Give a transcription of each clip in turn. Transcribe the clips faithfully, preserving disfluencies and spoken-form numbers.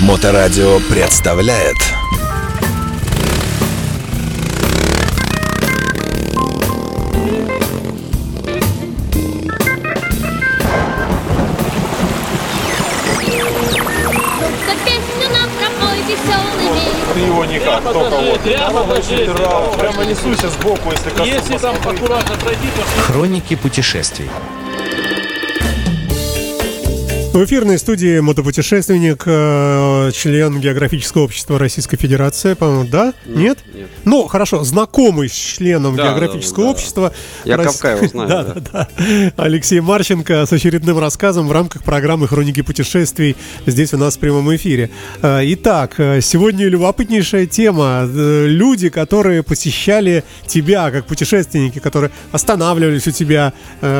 Моторадио представляет Ты его никак, только вот. Прямо, прямо несуйся сбоку, если коснусь. Если там аккуратно пройди, то... Хроники путешествий. В эфирной студии мотопутешественник, член Географического общества Российской Федерации, по-моему, да? Нет? Нет? Ну, хорошо, знакомый с членом да, Географического да, общества. Я Рос... Кавкаева знаю. да, да, да. Алексей Марченко с очередным рассказом в рамках программы «Хроники путешествий» здесь у нас в прямом эфире. Итак, сегодня любопытнейшая тема. Люди, которые посещали тебя как путешественники, которые останавливались у тебя,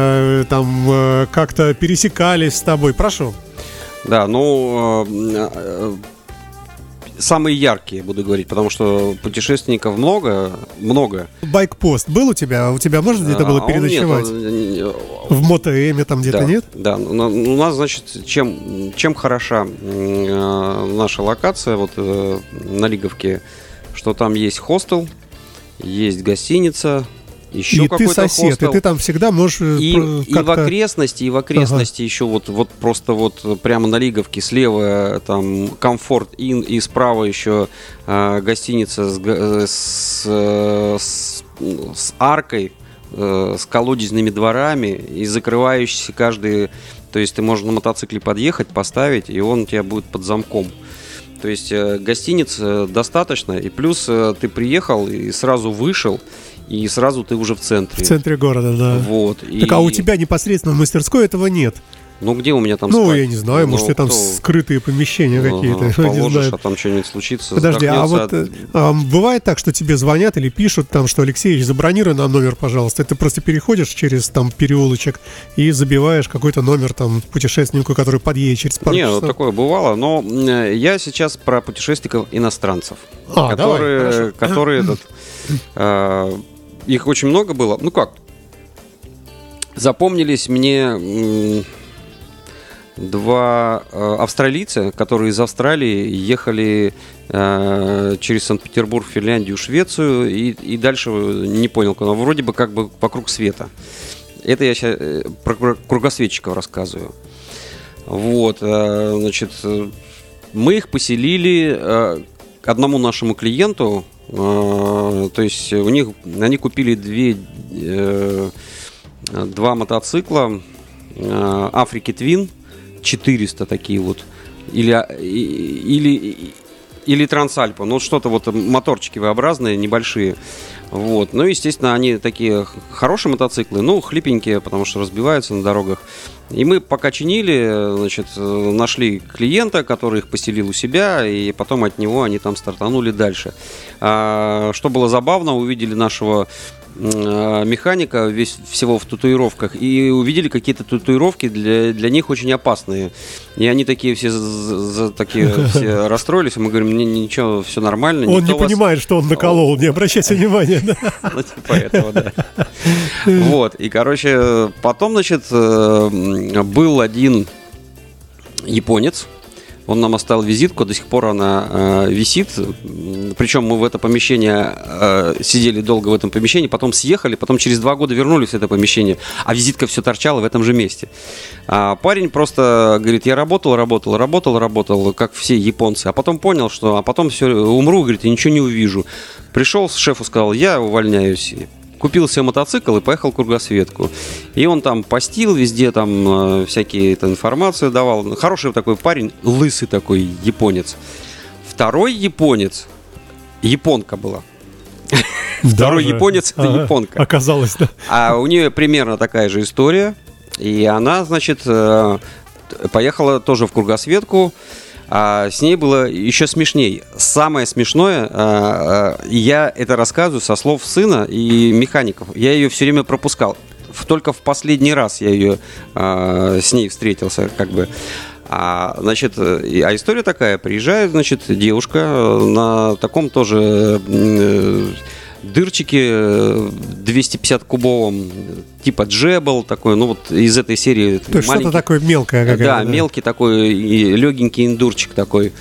там как-то пересекались с тобой. Прошу. Да, ну, э, самые яркие, буду говорить, потому что путешественников много, много. Байкпост был у тебя? У тебя можно где-то было а переночевать? Нет, в МоtoЭме там где-то да, нет? Да, у нас, значит, чем, чем хороша э, наша локация вот э, на Лиговке, что там есть хостел, есть гостиница, еще и ты сосед, хостел. И ты там всегда можешь и, и в окрестности, и в окрестности ага. еще вот, вот просто вот прямо на Лиговке слева там Комфорт Inn, и справа еще э, гостиница с, с, с, с аркой, э, с колодезными дворами и закрывающийся каждый, то есть ты можешь на мотоцикле подъехать, поставить, и он у тебя будет под замком. То есть э, гостиниц э, достаточно, и плюс э, ты приехал и сразу вышел, и сразу ты уже в центре. В центре города, да. Вот. Так, и... а у тебя непосредственно в мастерской этого нет? Ну, где у меня там Ну, спать? я не знаю, ну, может, у тебя там кто... скрытые помещения ага, какие-то. положишь, а там что-нибудь случится. Подожди, а вот от... а, бывает так, что тебе звонят или пишут, там, что Алексеевич, забронируй нам номер, пожалуйста. Ты просто переходишь через там переулочек и забиваешь какой-то номер там путешественнику, который подъедет через пару Нет, часов. вот такое бывало, но я сейчас про путешественников иностранцев, а, которые, давай, которые этот, э, их очень много было. Ну как, запомнились мне два э, австралийца, которые из Австралии ехали э, через Санкт-Петербург, Финляндию, Швецию и, и дальше не понял, но вроде бы как бы вокруг света. Это я сейчас э, про кругосветчиков рассказываю. Вот, э, значит, мы их поселили э, одному нашему клиенту, э, то есть у них, они купили две, э, два мотоцикла э, Африки Твин, четыреста такие вот, или, или, или Трансальпа, ну что-то вот моторчики V-образные, небольшие. Вот. Ну, естественно, они такие хорошие мотоциклы, ну, хлипенькие, потому что разбиваются на дорогах. И мы пока чинили, значит, нашли клиента, который их поселил у себя, и потом от него они там стартанули дальше. А, что было забавно, увидели нашего механика, весь всего в татуировках, и увидели какие-то татуировки для, для них очень опасные. И они такие все, за, такие, все расстроились, и мы говорим, не, ничего, все нормально. Он не вас... понимает, что он наколол, не обращайте внимания. Ну, типа этого, да. Вот, и, короче, потом, значит, был один японец. Он нам оставил визитку, до сих пор она э, висит. Причем мы в это помещение э, сидели долго в этом помещении, потом съехали, потом через два года вернулись в это помещение, а визитка все торчала в этом же месте. А парень просто говорит, я работал, работал, работал, работал, как все японцы, а потом понял, что, а потом все, умру, говорит, и ничего не увижу. Пришел, шефу сказал, я увольняюсь. Купил себе мотоцикл и поехал в кругосветку. И он там постил везде, там э, всякие это, информацию давал. Хороший такой парень, лысый такой японец. Второй японец, японка была. Второй японец — это японка. Оказалось, да. А у нее примерно такая же история. И она, значит, э, поехала тоже в кругосветку. А с ней было еще смешней. Самое смешное, а, а, я это рассказываю со слов сына и механиков. Я ее все время пропускал. Только в последний раз я ее а, с ней встретился, как бы. А, значит, а история такая: приезжает, значит, девушка на таком тоже дырчике двести пятьдесят кубовом, типа джебл такой, ну вот из этой серии. То есть что-то такое мелкое какое-то. Да, да, мелкий такой, легенький эндурчик такой.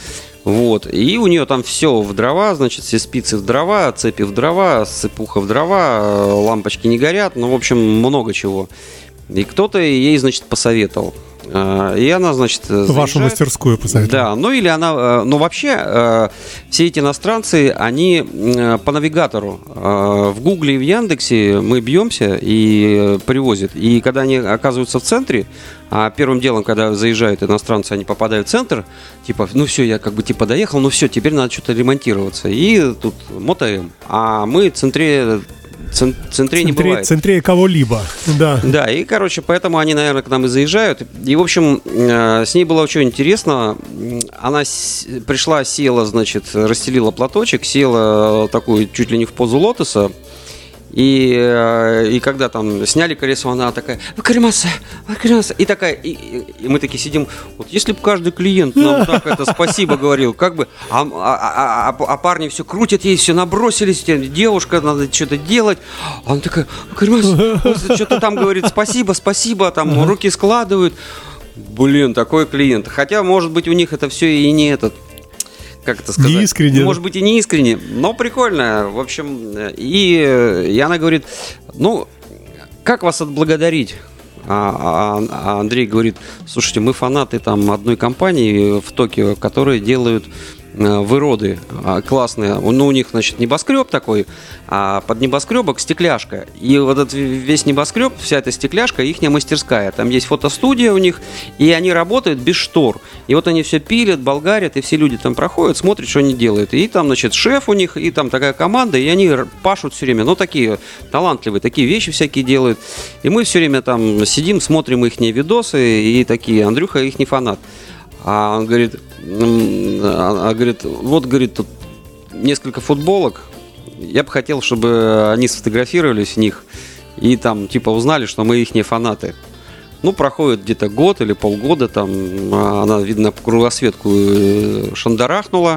Вот. И у нее там все в дрова, значит, все спицы в дрова, цепи в дрова, сыпуха в дрова, лампочки не горят, ну, в общем, много чего. И кто-то ей, значит, посоветовал. И она, значит, заезжает. Вашу мастерскую посоветовала. Да, ну или она, ну вообще, все эти иностранцы, они по навигатору. В Гугле и в Яндексе мы бьемся и привозят. И когда они оказываются в центре, а первым делом, когда заезжают иностранцы, они попадают в центр, типа, ну все, я как бы типа доехал, ну все, теперь надо что-то ремонтироваться. И тут МОТО-М. А мы в центре... Цен, центре не бывает. Центре кого-либо, да. Да, и, короче, поэтому они, наверное, к нам и заезжают. И, в общем, э, с ней было очень интересно. Она с... пришла, села, значит, расстелила платочек, села такую чуть ли не в позу лотоса. И, э, и когда там сняли колесо, она такая: «Вакаримаса, вакаримаса». И такая, и, и мы такие сидим, вот если бы каждый клиент нам так это спасибо говорил, как бы, а, а, а, а парни все крутят, ей все набросились, девушка, надо что-то делать. А она такая: «Вакаримаса», что-то там говорит: «Спасибо, спасибо», там руки складывают. Блин, такой клиент. Хотя, может быть, у них это все и не этот, как это сказать? Не искренне. Может быть, и не искренне, но прикольно. В общем, и, и она говорит: ну, как вас отблагодарить? А, а, а Андрей говорит: слушайте, мы фанаты там одной компании в Токио, которые делают выроды классные. Ну, у них, значит, небоскреб такой, а под небоскребок стекляшка. И вот этот весь небоскреб, вся эта стекляшка, ихняя мастерская. Там есть фотостудия у них, и они работают без штор. И вот они все пилят, болгарят, и все люди там проходят, смотрят, что они делают. И там, значит, шеф у них, и там такая команда, и они пашут все время. Ну, такие талантливые, такие вещи всякие делают. И мы все время там сидим, смотрим их видосы, и такие: Андрюха их не фанат. А он говорит, а, говорит, вот, говорит, тут несколько футболок. Я бы хотел, чтобы они сфотографировались в них и там типа узнали, что мы их не фанаты. Ну, проходит где-то год или полгода, там она, видно, кругосветку шандарахнула.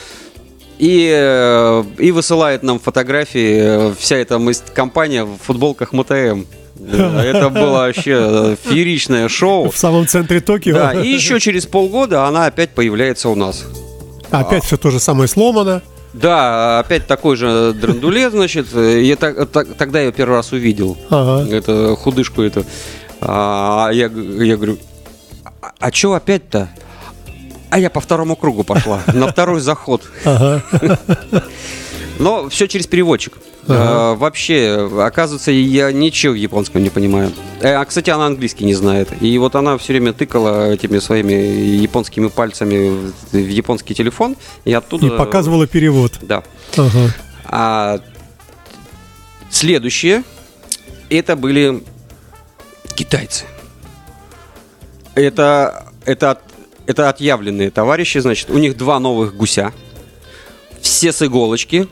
И, и высылает нам фотографии вся эта компания в футболках МОТО-М. Это было вообще фееричное шоу. В самом центре Токио. Да, и еще через полгода она опять появляется у нас. Опять все то же самое сломано. Да, опять такой же драндулет, значит. Я так, так, тогда я первый раз увидел. Ага. Это худышку эту. А я, я говорю: а, а что опять-то? А я по второму кругу пошла, на второй заход. Ага. Но все через переводчик. Ага. А, вообще, оказывается, я ничего в японском не понимаю. А, кстати, она английский не знает. И вот она все время тыкала этими своими японскими пальцами в японский телефон. И оттуда... И показывала перевод. Да. Ага. А следующее, это были китайцы. Это, это, это отъявленные товарищи. Значит, у них два новых гуся. Все с иголочки.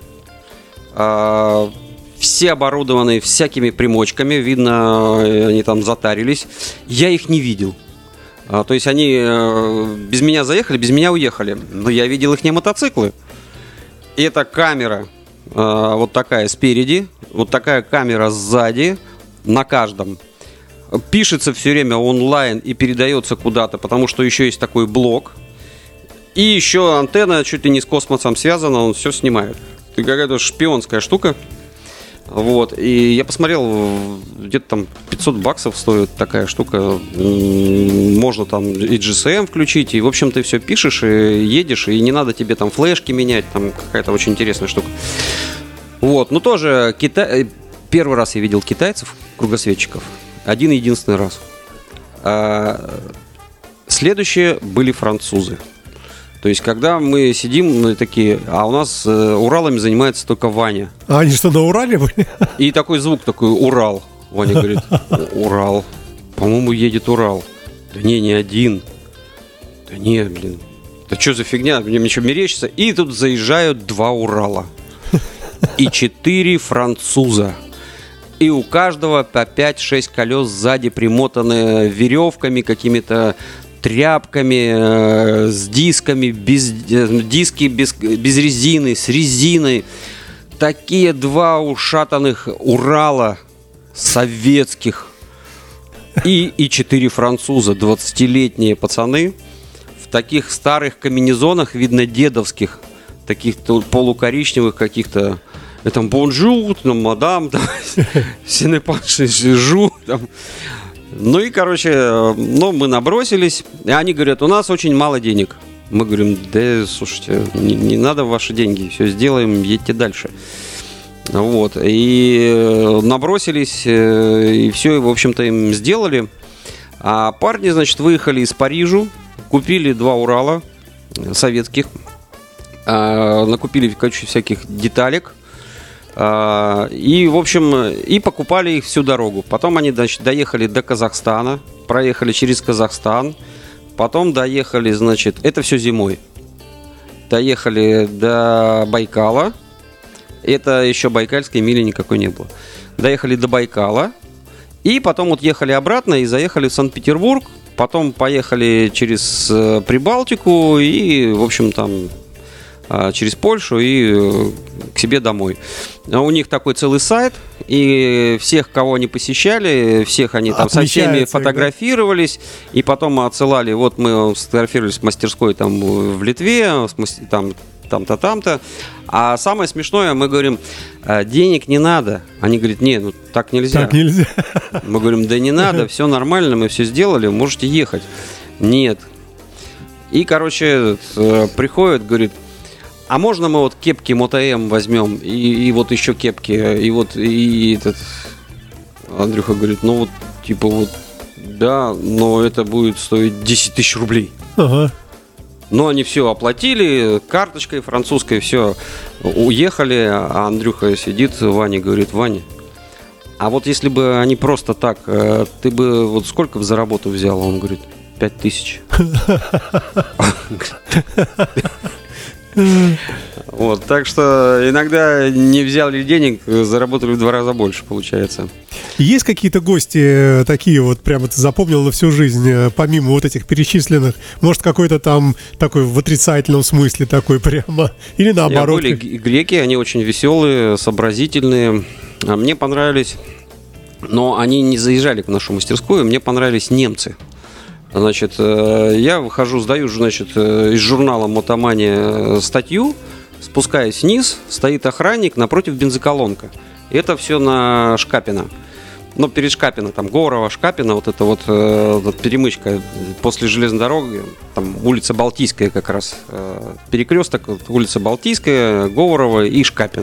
Все оборудованы всякими примочками. Видно, они там затарились. Я их не видел. То есть они без меня заехали, без меня уехали. Но я видел их не мотоциклы. И это камера вот такая спереди, вот такая камера сзади, на каждом. Пишется все время онлайн и передается куда-то, потому что еще есть такой блок. И еще антенна чуть ли не с космосом связана, он все снимает. Это какая-то шпионская штука. Вот. И я посмотрел, где-то там пятьсот баксов стоит такая штука. Можно там и джи эс эм включить. И, в общем, ты все пишешь и едешь, и не надо тебе там флешки менять. Там какая-то очень интересная штука. Вот. Ну, тоже Китай... Первый раз я видел китайцев, кругосветчиков. Один единственный раз. А следующие были французы. То есть, когда мы сидим, мы такие, а у нас э, Уралами занимается только Ваня. А они что, на Урале были? И такой звук такой: Урал. Ваня говорит: Урал. По-моему, едет Урал. Да не, не один. Да не, блин. Да что за фигня? Мне что, мерещится? И тут заезжают два Урала. И четыре француза. И у каждого по пять-шесть колес сзади примотаны веревками, какими-то тряпками, э, с дисками, без, э, диски без, без резины, с резиной. Такие два ушатанных Урала советских. И, и четыре француза, двадцатилетние пацаны, в таких старых комбинезонах, видно, дедовских, таких полукоричневых каких-то. Это бонжур, там, мадам, там, синепанши, жу, там. Ну и, короче, ну, мы набросились, и они говорят, у нас очень мало денег. Мы говорим, да, слушайте, не, не надо ваши деньги, все сделаем, едьте дальше. Вот, и набросились, и все, в общем-то, им сделали. А парни, значит, выехали из Парижа, купили два Урала советских, накупили, короче, всяких деталек. И, в общем, и покупали их всю дорогу. Потом они, значит, доехали до Казахстана, проехали через Казахстан, потом доехали, значит, это все зимой, доехали до Байкала. Это еще Байкальской мили никакой не было. Доехали до Байкала, и потом вот ехали обратно и заехали в Санкт-Петербург, потом поехали через Прибалтику и, в общем, там через Польшу и к себе домой. У них такой целый сайт, и всех, кого они посещали, всех они там со всеми фотографировались, да? И потом отсылали, вот мы сфотографировались в мастерской там в Литве, там, там-то, там-то. А самое смешное, мы говорим, денег не надо. Они говорят, не, ну так нельзя. Так нельзя. Мы говорим, да не надо, все нормально, мы все сделали, можете ехать. Нет. И, короче, приходит, говорит, а можно мы вот кепки МОТО-М возьмем, и, и вот еще кепки, и вот, и этот... Андрюха говорит, ну вот, типа вот, да, но это будет стоить десять тысяч рублей. Ага. Но они все оплатили, карточкой французской, все, уехали, а Андрюха сидит, Ваня говорит, Ваня, а вот если бы они просто так, ты бы вот сколько за работу взял? Он говорит, пять тысяч. Вот, так что иногда не взяли денег, заработали в два раза больше, получается. Есть какие-то гости такие, вот прямо ты запомнил на всю жизнь, помимо вот этих перечисленных? Может, какой-то там такой в отрицательном смысле такой прямо? Или наоборот? Были греки, они очень веселые, сообразительные. Мне понравились, но они не заезжали в нашу мастерскую, мне понравились немцы. Значит, я выхожу, сдаю, значит, из журнала «Мотомания» статью, спускаюсь вниз, стоит охранник, напротив бензоколонка. И это все на Шкапина. Ну, перед Шкапина, там, Говорова, Шкапина, вот это вот, э, вот перемычка после железной дороги, там, улица Балтийская как раз, э, перекресток, вот, улица Балтийская, Говорова и Шкапина.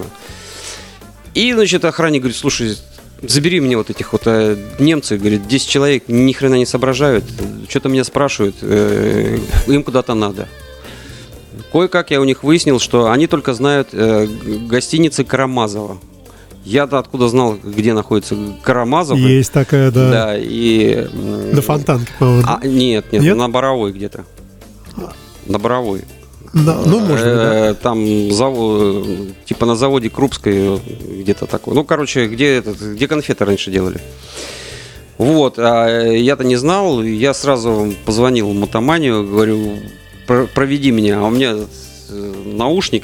И, значит, охранник говорит, слушай, забери мне вот этих вот э, немцы, говорит, десять человек ни хрена не соображают, что-то меня спрашивают, э, им куда-то надо. Кое-как я у них выяснил, что они только знают э, гостиницы Карамазово. Я-то откуда знал, где находится Карамазов. Есть такая, да. Да, и... На Фонтанке, по-моему. А, нет, нет, нет, на Боровой где-то. На Боровой. Да, ну, может быть, да. Там завод, типа на заводе Крупской где-то такой. Ну, короче, где, этот, где конфеты раньше делали. Вот, а я-то не знал. Я сразу позвонил в Мотоманию, говорю, проведи меня. А у меня наушник,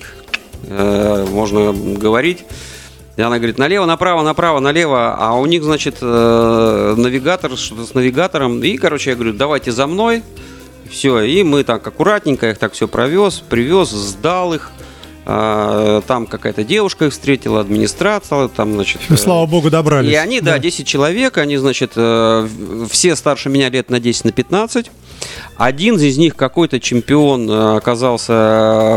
можно говорить. И она говорит, налево, направо, направо, налево. А у них, значит, навигатор, что-то с навигатором. И, короче, я говорю, давайте за мной. Все, и мы так аккуратненько их так все провез, привез, сдал их. Там какая-то девушка их встретила, администрация, там, значит... Ну, слава богу, добрались. И они, да, десять человек, они, значит, все старше меня лет на десять, на пятнадцать. Один из них какой-то чемпион оказался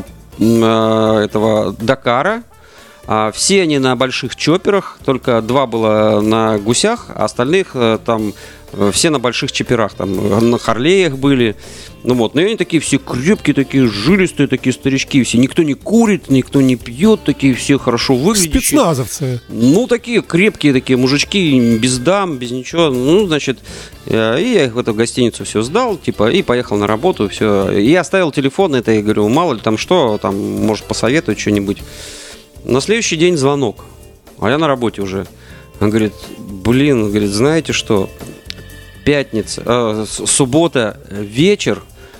этого Дакара. Все они на больших чопперах, только два было на гусях, а остальных там все на больших чопперах, там на Харлеях были. Ну вот, но они такие все крепкие, такие жилистые, такие старички, все. Никто не курит, никто не пьет, такие все хорошо выглядящие. Спецназовцы. Ну, такие крепкие такие мужички, без дам, без ничего. Ну, значит, и я их в эту гостиницу все сдал, типа, и поехал на работу, все. И оставил телефон, это, я говорю, мало ли там что, там, может, посоветовать что-нибудь. На следующий день звонок, а я на работе уже. Он говорит, блин, говорит, знаете что, пятница, э, суббота, вечер,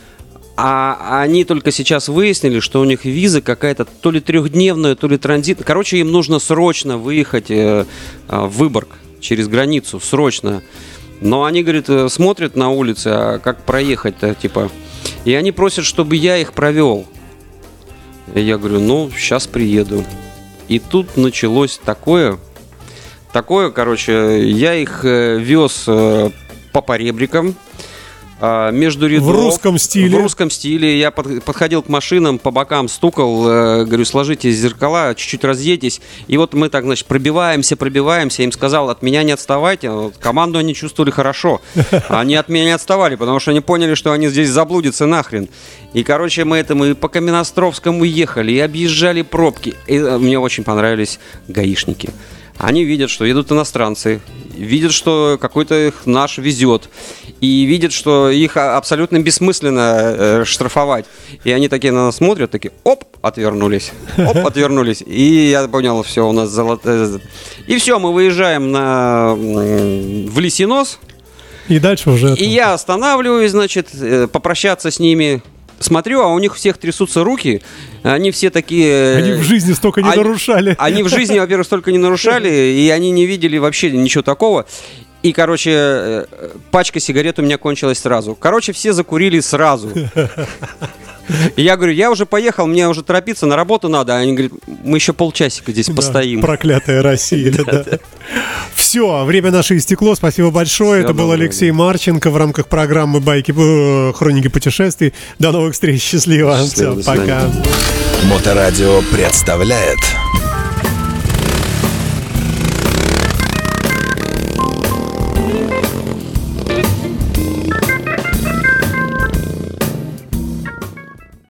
а они только сейчас выяснили, что у них виза какая-то то ли трехдневная, то ли транзитная. Короче, им нужно срочно выехать э, в Выборг через границу, срочно. Но они, говорит, смотрят на улице, а как проехать-то, типа... И они просят, чтобы я их провел. И я говорю, ну, сейчас приеду. И тут началось такое, такое, короче, я их вез по поребрикам, между рядов. В русском стиле. В русском стиле. Я под, подходил к машинам, по бокам стукал, э, говорю, сложите зеркала, чуть-чуть разъедьтесь. И вот мы так, значит, пробиваемся, пробиваемся. Я им сказал, от меня не отставайте. Вот, команду они чувствовали хорошо. Они от меня не отставали, потому что они поняли, что они здесь заблудятся нахрен. И, короче, мы это, мы по Каменноостровскому ехали и объезжали пробки. И мне очень понравились гаишники. Они видят, что едут иностранцы, видят, что какой-то их наш везет, и видят, что их абсолютно бессмысленно э, штрафовать. И они такие на нас смотрят, такие, оп, отвернулись, оп, отвернулись. И я понял, все, у нас золотое... И все, мы выезжаем на... в Лисинос. И дальше уже... И я останавливаюсь, значит, попрощаться с ними... Смотрю, а у них всех трясутся руки, они все такие... Они в жизни столько не они, нарушали. Они в жизни, во-первых, столько не нарушали, и они не видели вообще ничего такого. И, короче, пачка сигарет у меня кончилась сразу. Короче, все закурили сразу. И я говорю, я уже поехал, мне уже торопиться, на работу надо. А они говорят, мы еще полчасика здесь да, постоим. Проклятая Россия, да. Все, время наше истекло, спасибо большое. Это был Алексей Марченко в рамках программы «Байки, хроники путешествий». До новых встреч, счастливо. Все, пока. Моторадио представляет...